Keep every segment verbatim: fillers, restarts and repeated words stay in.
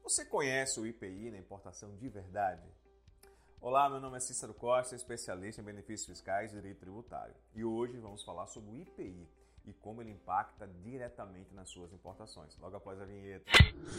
Você conhece o I P I na importação de verdade? Olá, meu nome é Cícero Costa, especialista em benefícios fiscais e direito tributário. E hoje vamos falar sobre o I P I e como ele impacta diretamente nas suas importações. Logo após a vinheta.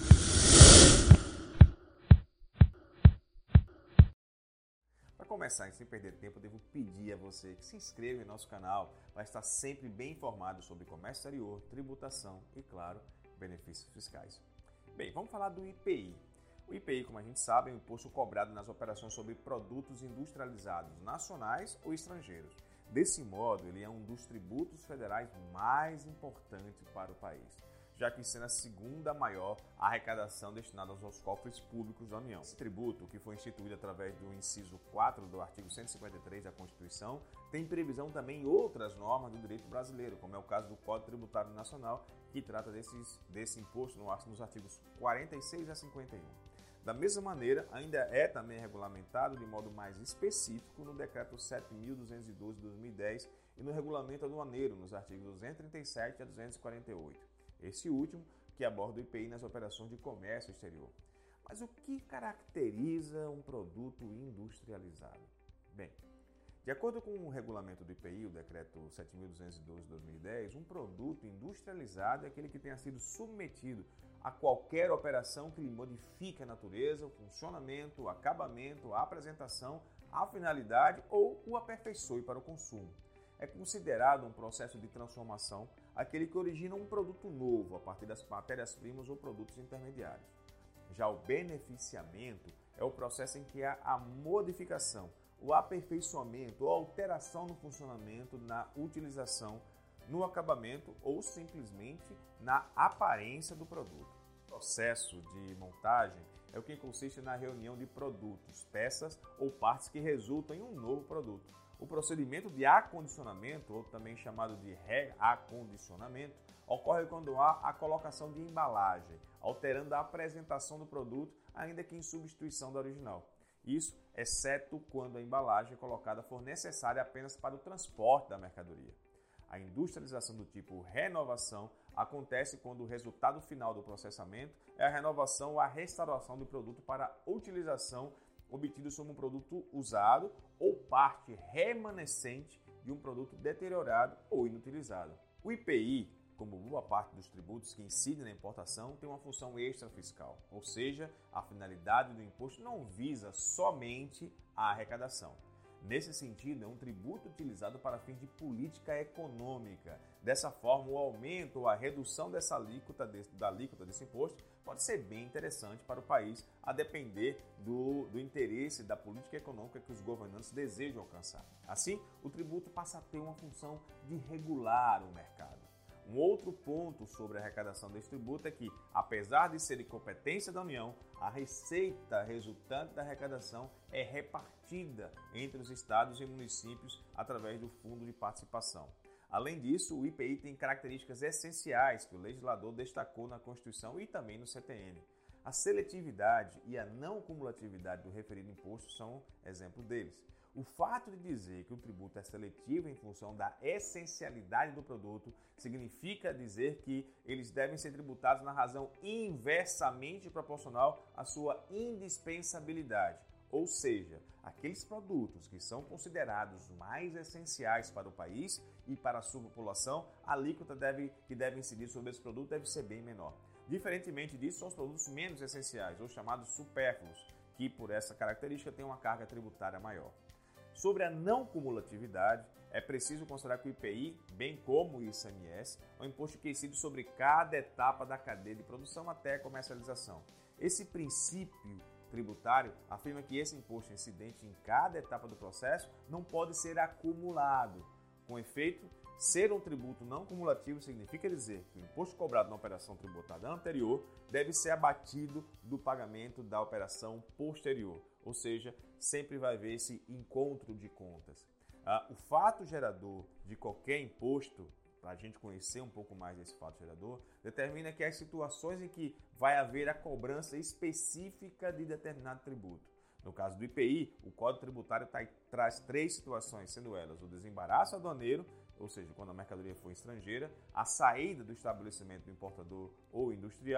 Para começar, e sem perder tempo, eu devo pedir a você que se inscreva em nosso canal para estar sempre bem informado sobre comércio exterior, tributação e, claro, benefícios fiscais. Bem, vamos falar do I P I. O I P I, como a gente sabe, é um imposto cobrado nas operações sobre produtos industrializados nacionais ou estrangeiros. Desse modo, ele é um dos tributos federais mais importantes para o país, já que sendo a segunda maior arrecadação destinada aos cofres públicos da União. Esse tributo, que foi instituído através do inciso quatro do artigo cento e cinquenta e três da Constituição, tem previsão também em outras normas do direito brasileiro, como é o caso do Código Tributário Nacional, que trata desses, desse imposto nos artigos quarenta e seis a cinquenta e um. Da mesma maneira, ainda é também regulamentado de modo mais específico no Decreto sete mil duzentos e doze de dois mil e dez e no Regulamento Aduaneiro, nos artigos duzentos e trinta e sete a duzentos e quarenta e oito. Esse último, que aborda o I P I nas operações de comércio exterior. Mas o que caracteriza um produto industrializado? Bem, de acordo com o regulamento do I P I, o Decreto sete mil duzentos e doze de dois mil e dez, um produto industrializado é aquele que tenha sido submetido a qualquer operação que lhe modifique a natureza, o funcionamento, o acabamento, a apresentação, a finalidade ou o aperfeiçoe para o consumo. É considerado um processo de transformação aquele que origina um produto novo a partir das matérias-primas ou produtos intermediários. Já o beneficiamento é o processo em que há a modificação, o aperfeiçoamento ou alteração no funcionamento, na utilização, no acabamento ou simplesmente na aparência do produto. O processo de montagem é o que consiste na reunião de produtos, peças ou partes que resultam em um novo produto. O procedimento de acondicionamento, ou também chamado de reacondicionamento, ocorre quando há a colocação de embalagem, alterando a apresentação do produto, ainda que em substituição da original. Isso, exceto quando a embalagem colocada for necessária apenas para o transporte da mercadoria. A industrialização do tipo renovação acontece quando o resultado final do processamento é a renovação ou a restauração do produto para utilização obtido sobre um produto usado ou parte remanescente de um produto deteriorado ou inutilizado. O I P I, como boa parte dos tributos que incidem na importação, tem uma função extrafiscal, ou seja, a finalidade do imposto não visa somente a arrecadação. Nesse sentido, é um tributo utilizado para fins de política econômica. Dessa forma, o aumento ou a redução dessa alíquota, desse, da alíquota desse imposto pode ser bem interessante para o país, a depender do, do interesse da política econômica que os governantes desejam alcançar. Assim, o tributo passa a ter uma função de regular o mercado. Um outro ponto sobre a arrecadação deste tributo é que, apesar de ser de competência da União, a receita resultante da arrecadação é repartida entre os estados e municípios através do Fundo de Participação. Além disso, o I P I tem características essenciais que o legislador destacou na Constituição e também no C T N. A seletividade e a não cumulatividade do referido imposto são exemplos deles. O fato de dizer que o tributo é seletivo em função da essencialidade do produto significa dizer que eles devem ser tributados na razão inversamente proporcional à sua indispensabilidade. Ou seja, aqueles produtos que são considerados mais essenciais para o país e para a sua população, a alíquota deve, que deve incidir sobre esse produto deve ser bem menor. Diferentemente disso, são os produtos menos essenciais, ou chamados supérfluos, que por essa característica têm uma carga tributária maior. Sobre a não cumulatividade, é preciso considerar que o I P I, bem como o I C M S, é um imposto que incide sobre cada etapa da cadeia de produção até a comercialização. Esse princípio tributário afirma que esse imposto incidente em cada etapa do processo não pode ser acumulado. Com efeito, ser um tributo não cumulativo significa dizer que o imposto cobrado na operação tributária anterior deve ser abatido do pagamento da operação posterior, ou seja, sempre vai haver esse encontro de contas. Ah, o fato gerador de qualquer imposto, para a gente conhecer um pouco mais desse fato gerador, determina que as situações em que vai haver a cobrança específica de determinado tributo. No caso do I P I, o Código Tributário tá, traz três situações, sendo elas o desembaraço aduaneiro, ou seja, quando a mercadoria for estrangeira, a saída do estabelecimento do importador ou industrial,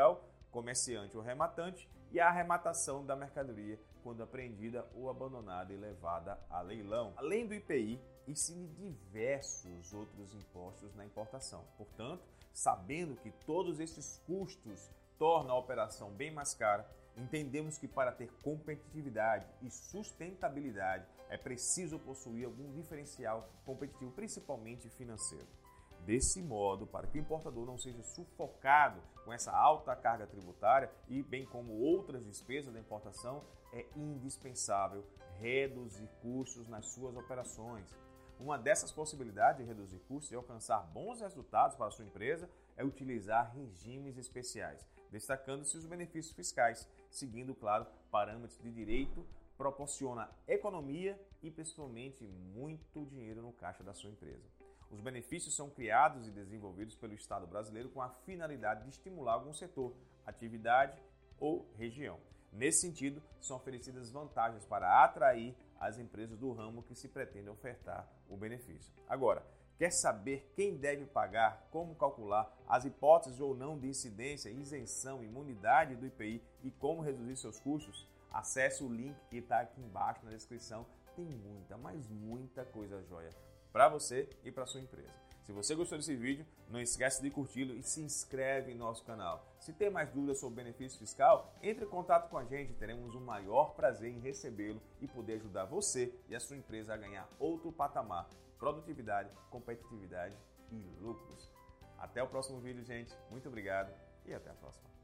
comerciante ou rematante, e a arrematação da mercadoria quando apreendida ou abandonada e levada a leilão. Além do I P I, incide diversos outros impostos na importação. Portanto, sabendo que todos esses custos tornam a operação bem mais cara, entendemos que para ter competitividade e sustentabilidade é preciso possuir algum diferencial competitivo, principalmente financeiro. Desse modo, para que o importador não seja sufocado com essa alta carga tributária e bem como outras despesas da importação, é indispensável reduzir custos nas suas operações. Uma dessas possibilidades de reduzir custos e alcançar bons resultados para a sua empresa é utilizar regimes especiais, destacando-se os benefícios fiscais, seguindo, claro, parâmetros de direito, proporciona economia e principalmente muito dinheiro no caixa da sua empresa. Os benefícios são criados e desenvolvidos pelo Estado brasileiro com a finalidade de estimular algum setor, atividade ou região. Nesse sentido, são oferecidas vantagens para atrair as empresas do ramo que se pretende ofertar o benefício. Agora, quer saber quem deve pagar, como calcular, as hipóteses ou não de incidência, isenção, imunidade do I P I e como reduzir seus custos? Acesse o link que está aqui embaixo na descrição. Tem muita, mas muita coisa jóia para você e para sua empresa. Se você gostou desse vídeo, não esquece de curti-lo e se inscreve em nosso canal. Se tem mais dúvidas sobre benefício fiscal, entre em contato com a gente, teremos o maior prazer em recebê-lo e poder ajudar você e a sua empresa a ganhar outro patamar, produtividade, competitividade e lucros. Até o próximo vídeo, gente. Muito obrigado e até a próxima.